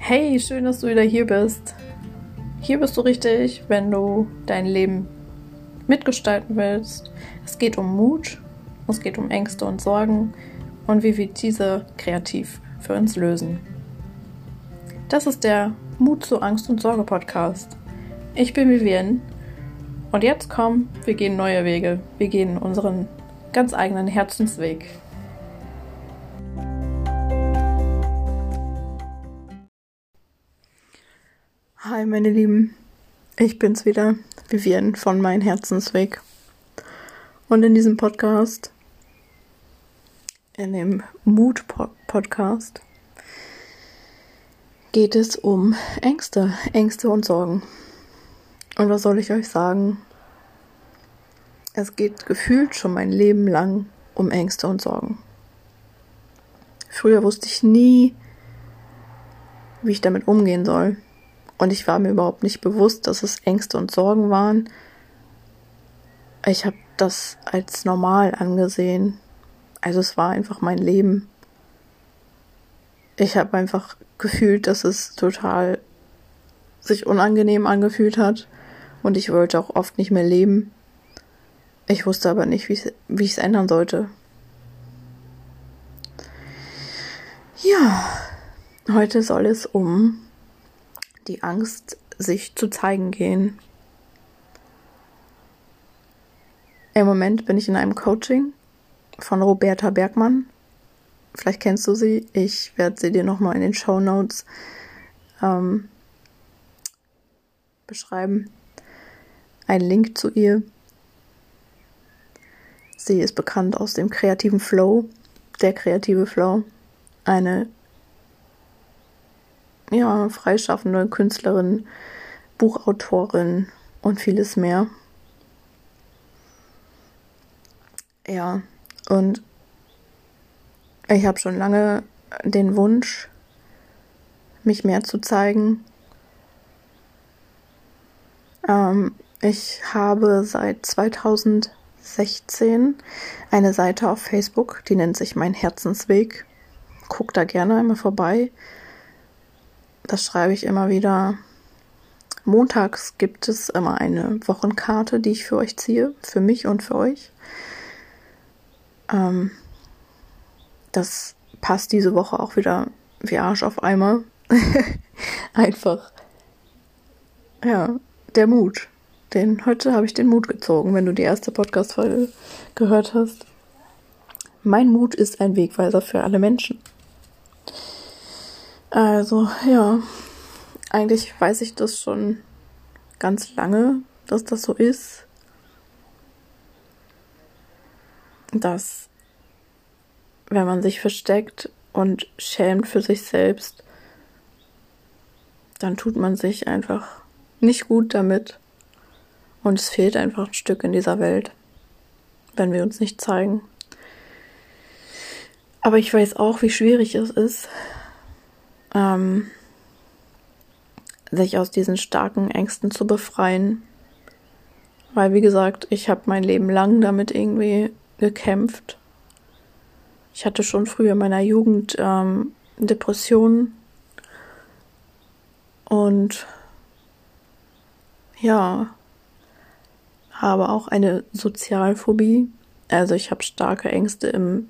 Hey, schön, dass du wieder hier bist. Hier bist du richtig, wenn du dein Leben mitgestalten willst. Es geht um Mut, es geht um Ängste und Sorgen und wie wir diese kreativ für uns lösen. Das ist der Mut zu Angst und Sorge Podcast. Ich bin Vivienne und jetzt komm, wir gehen neue Wege. Wir gehen unseren ganz eigenen Herzensweg. Hi meine Lieben, ich bin's wieder, Vivienne von Mein Herzensweg. Und in diesem Podcast, in dem Mut-Podcast, geht es um Ängste und Sorgen. Und was soll ich euch sagen? Es geht gefühlt schon mein Leben lang um Ängste und Sorgen. Früher wusste ich nie, wie ich damit umgehen soll. Und ich war mir überhaupt nicht bewusst, dass es Ängste und Sorgen waren. Ich habe das als normal angesehen. Also es war einfach mein Leben. Ich habe einfach gefühlt, dass es total sich unangenehm angefühlt hat. Und ich wollte auch oft nicht mehr leben. Ich wusste aber nicht, wie ich es ändern sollte. Ja, heute soll es um die Angst, sich zu zeigen gehen. Im Moment bin ich in einem Coaching von Roberta Bergmann. Vielleicht kennst du sie. Ich werde sie dir nochmal in den Shownotes beschreiben. Ein Link zu ihr. Sie ist bekannt aus dem kreativen Flow, der kreative Flow. Eine freischaffende Künstlerin, Buchautorin und vieles mehr. Ja, und ich habe schon lange den Wunsch, mich mehr zu zeigen. Ich habe seit 2016 eine Seite auf Facebook, die nennt sich Mein Herzensweg. Guck da gerne einmal vorbei. Das schreibe ich immer wieder. Montags gibt es immer eine Wochenkarte, die ich für euch ziehe, für mich und für euch. Das passt diese Woche auch wieder wie Arsch auf Eimer. Einfach, der Mut. Heute habe ich den Mut gezogen, wenn du die erste Podcast-Folge gehört hast. Mein Mut ist ein Wegweiser für alle Menschen. Also, eigentlich weiß ich das schon ganz lange, dass das so ist. Dass, wenn man sich versteckt und schämt für sich selbst, dann tut man sich einfach nicht gut damit. Und es fehlt einfach ein Stück in dieser Welt, wenn wir uns nicht zeigen. Aber ich weiß auch, wie schwierig es ist, sich aus diesen starken Ängsten zu befreien. Weil, wie gesagt, ich habe mein Leben lang damit irgendwie gekämpft. Ich hatte schon früher in meiner Jugend Depressionen und habe auch eine Sozialphobie. Also ich habe starke Ängste im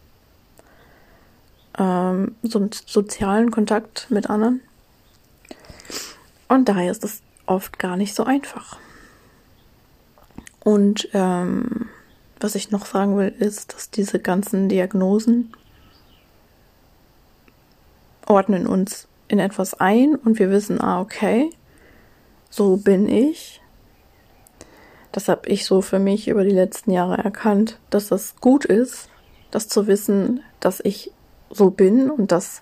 sozialen Kontakt mit anderen. Und daher ist es oft gar nicht so einfach. Und was ich noch sagen will, ist, dass diese ganzen Diagnosen ordnen uns in etwas ein und wir wissen, okay, so bin ich. Das habe ich so für mich über die letzten Jahre erkannt, dass das gut ist, das zu wissen, dass ich so bin und dass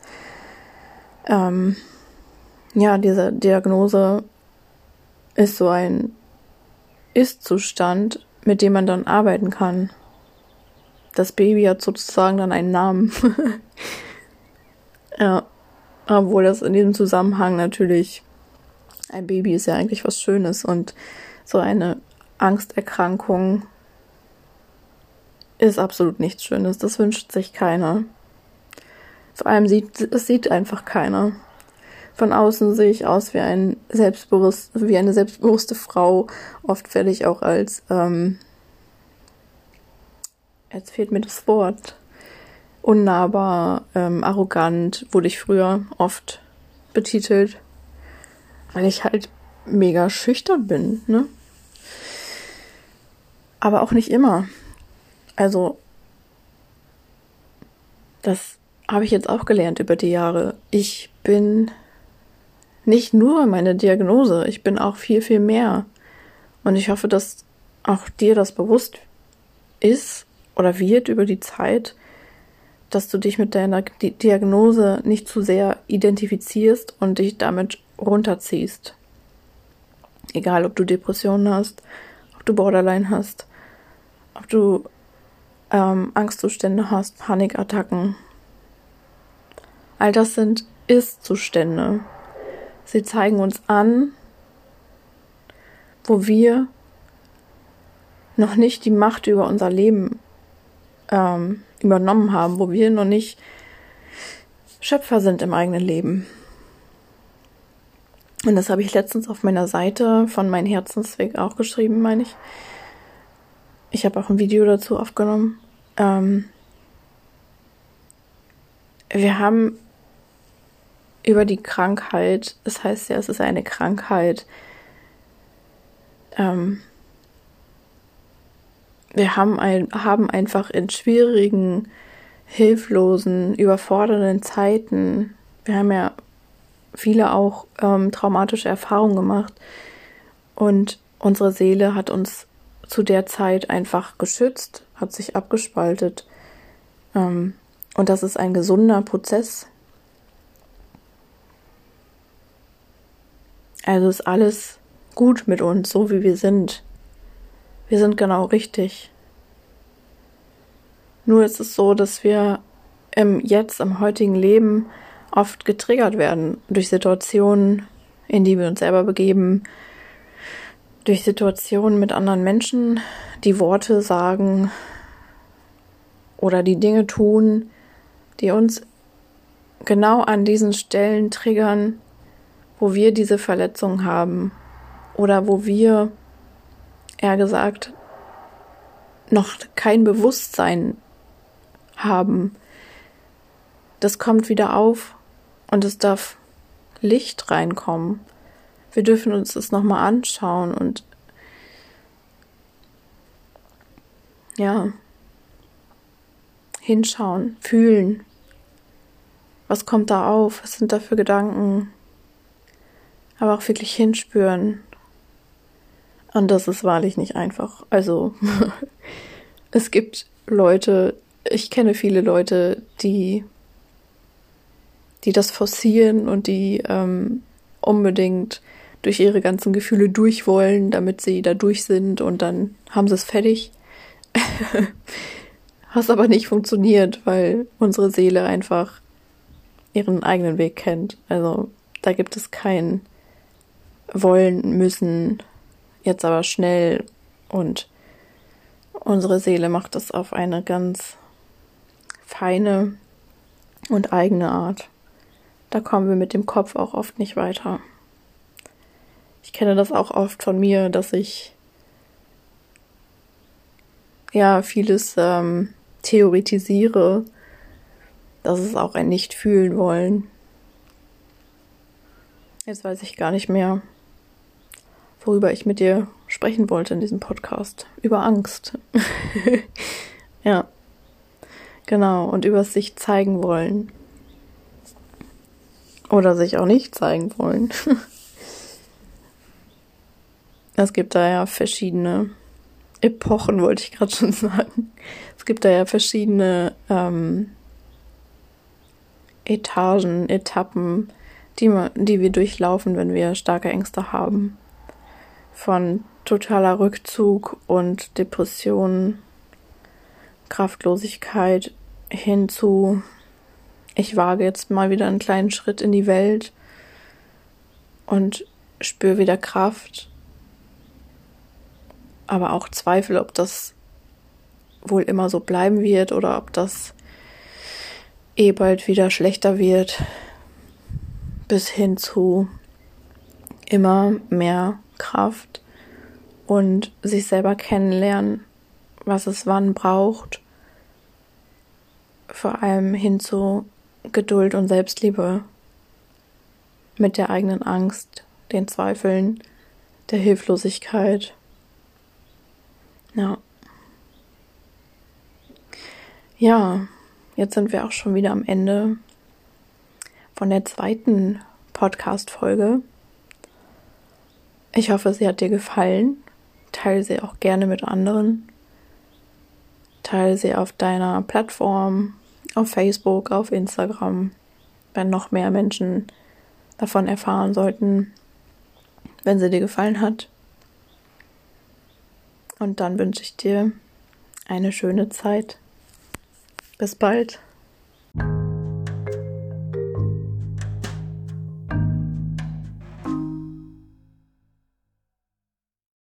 diese Diagnose ist so ein Ist-Zustand, mit dem man dann arbeiten kann. Das Baby hat sozusagen dann einen Namen. Ja, obwohl das in diesem Zusammenhang natürlich, ein Baby ist ja eigentlich was Schönes und so eine Angsterkrankung ist absolut nichts Schönes. Das wünscht sich keiner. Vor allem sieht einfach keiner. Von außen sehe ich aus wie eine selbstbewusste Frau, oft werde ich auch als, jetzt fehlt mir das Wort, unnahbar, arrogant, wurde ich früher oft betitelt, weil ich halt mega schüchtern bin, ne? Aber auch nicht immer. Also, das habe ich jetzt auch gelernt über die Jahre. Ich bin nicht nur meine Diagnose, ich bin auch viel, viel mehr. Und ich hoffe, dass auch dir das bewusst ist oder wird über die Zeit, dass du dich mit deiner Diagnose nicht zu sehr identifizierst und dich damit runterziehst. Egal, ob du Depressionen hast, ob du Borderline hast, ob du Angstzustände hast, Panikattacken. All das sind Ist-Zustände. Sie zeigen uns an, wo wir noch nicht die Macht über unser Leben übernommen haben, wo wir noch nicht Schöpfer sind im eigenen Leben. Und das habe ich letztens auf meiner Seite von Mein Herzensweg auch geschrieben, meine ich. Ich habe auch ein Video dazu aufgenommen. Wir haben über die Krankheit, das heißt ja, es ist eine Krankheit, wir haben einfach in schwierigen, hilflosen, überfordernden Zeiten, wir haben ja viele auch traumatische Erfahrungen gemacht und unsere Seele hat uns zu der Zeit einfach geschützt, hat sich abgespaltet. Und das ist ein gesunder Prozess. Also ist alles gut mit uns, so wie wir sind. Wir sind genau richtig. Nur ist es so, dass wir im heutigen Leben oft getriggert werden durch Situationen, in die wir uns selber begeben, durch Situationen mit anderen Menschen, die Worte sagen oder die Dinge tun, die uns genau an diesen Stellen triggern, wo wir diese Verletzung haben oder wo wir, eher gesagt, noch kein Bewusstsein haben. Das kommt wieder auf und es darf Licht reinkommen. Wir dürfen uns das nochmal anschauen und ja, hinschauen, fühlen. Was kommt da auf? Was sind da für Gedanken? Aber auch wirklich hinspüren. Und das ist wahrlich nicht einfach. Also, es gibt Leute, ich kenne viele Leute, die das forcieren und die unbedingt durch ihre ganzen Gefühle durch wollen, damit sie da durch sind und dann haben sie es fertig. Was aber nicht funktioniert, weil unsere Seele einfach ihren eigenen Weg kennt. Also da gibt es kein Wollen, müssen, jetzt aber schnell, und unsere Seele macht das auf eine ganz feine und eigene Art. Da kommen wir mit dem Kopf auch oft nicht weiter. Ich kenne das auch oft von mir, dass ich ja vieles theoretisiere. Das ist auch ein Nicht-Fühlen wollen. Jetzt weiß ich gar nicht mehr, worüber ich mit dir sprechen wollte in diesem Podcast. Über Angst. Ja, genau. Und über sich zeigen wollen. Oder sich auch nicht zeigen wollen. Es gibt da ja verschiedene Epochen, wollte ich gerade schon sagen. Es gibt da ja verschiedene Etagen, Etappen, die wir durchlaufen, wenn wir starke Ängste haben. Von totaler Rückzug und Depressionen, Kraftlosigkeit hin zu, ich wage jetzt mal wieder einen kleinen Schritt in die Welt und spüre wieder Kraft, aber auch Zweifel, ob das wohl immer so bleiben wird oder ob das bald wieder schlechter wird. bis hin zu immer mehr Kraft und sich selber kennenlernen, was es wann braucht, vor allem hin zu Geduld und Selbstliebe mit der eigenen Angst, den Zweifeln, der Hilflosigkeit. Ja, jetzt sind wir auch schon wieder am Ende von der 2. Podcast-Folge. Ich hoffe, sie hat dir gefallen. Teile sie auch gerne mit anderen. Teile sie auf deiner Plattform, auf Facebook, auf Instagram, wenn noch mehr Menschen davon erfahren sollten, wenn sie dir gefallen hat. Und dann wünsche ich dir eine schöne Zeit. Bis bald.